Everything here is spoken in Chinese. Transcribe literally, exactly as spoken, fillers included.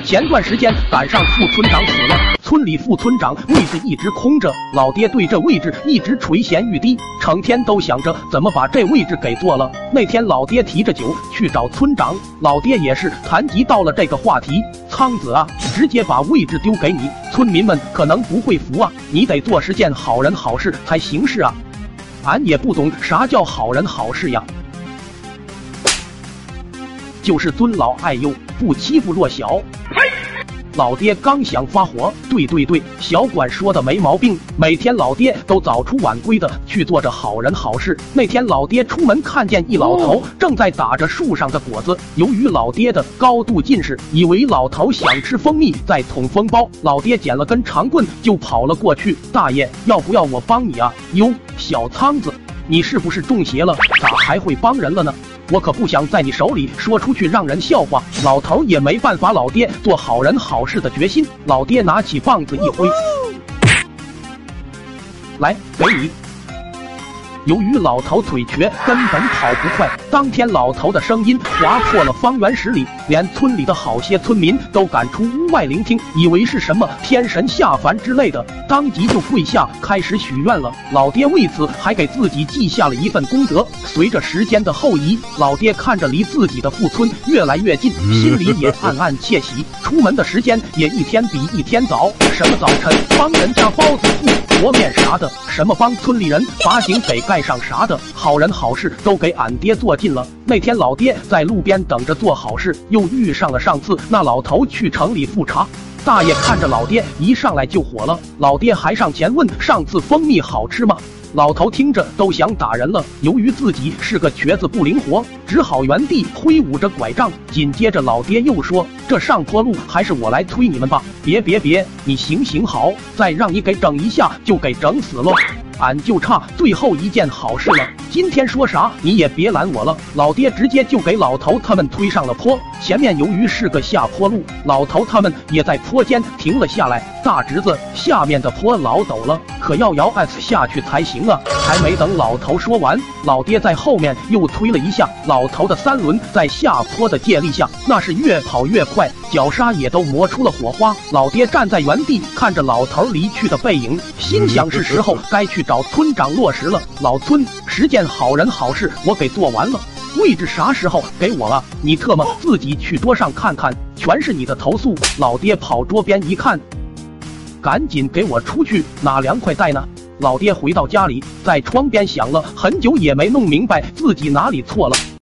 前段时间赶上副村长死了，村里副村长位置一直空着，老爹对这位置一直垂涎欲滴，成天都想着怎么把这位置给做了。那天老爹提着酒去找村长，老爹也是谈及到了这个话题，苍子啊，直接把位置丢给你，村民们可能不会服啊，你得做十件好人好事才行事啊。俺也不懂啥叫好人好事呀，就是尊老爱幼，不欺负弱小。老爹刚想发火，对对对，小管说的没毛病。每天老爹都早出晚归的去做着好人好事。那天老爹出门看见一老头正在打着树上的果子，由于老爹的高度近视，以为老头想吃蜂蜜在捅蜂包，老爹捡了根长棍就跑了过去。大爷，要不要我帮你啊？哟，小苍子，你是不是中邪了？咋还会帮人了呢？我可不想在你手里说出去让人笑话。老头也没办法老爹做好人好事的决心，老爹拿起棒子一挥，来，给你。由于老头腿瘸，根本跑不快，当天老头的声音划破了方圆十里，连村里的好些村民都赶出屋外聆听，以为是什么天神下凡之类的，当即就跪下开始许愿了。老爹为此还给自己记下了一份功德。随着时间的后移，老爹看着离自己的副村越来越近，心里也暗暗窃喜，出门的时间也一天比一天早。什么早晨帮人家包子铺和面啥的，什么帮村里人把井给盖上啥的，好人好事都给俺爹做尽了。那天老爹在路边等着做好事，又遇上了上次那老头去城里复查。大爷看着老爹一上来就火了，老爹还上前问上次蜂蜜好吃吗？老头听着都想打人了，由于自己是个瘸子不灵活，只好原地挥舞着拐杖。紧接着老爹又说，这上坡路还是我来推你们吧。别别别，你行行好，再让你给整一下就给整死了。俺就差最后一件好事了，今天说啥你也别拦我了。老爹直接就给老头他们推上了坡，前面由于是个下坡路，老头他们也在坡间停了下来。大侄子，下面的坡老陡了，可要摇 S 下去才行啊。还没等老头说完，老爹在后面又推了一下，老头的三轮在下坡的借力下，那是越跑越快，脚刹也都磨出了火花。老爹站在原地看着老头离去的背影，心想是时候该去找村长落实了。老村，十件好人好事我给做完了，位置啥时候给我了？你特么自己去桌上看看，全是你的投诉。老爹跑桌边一看，赶紧给我出去，哪凉快带呢？老爹回到家里，在窗边想了很久也没弄明白自己哪里错了。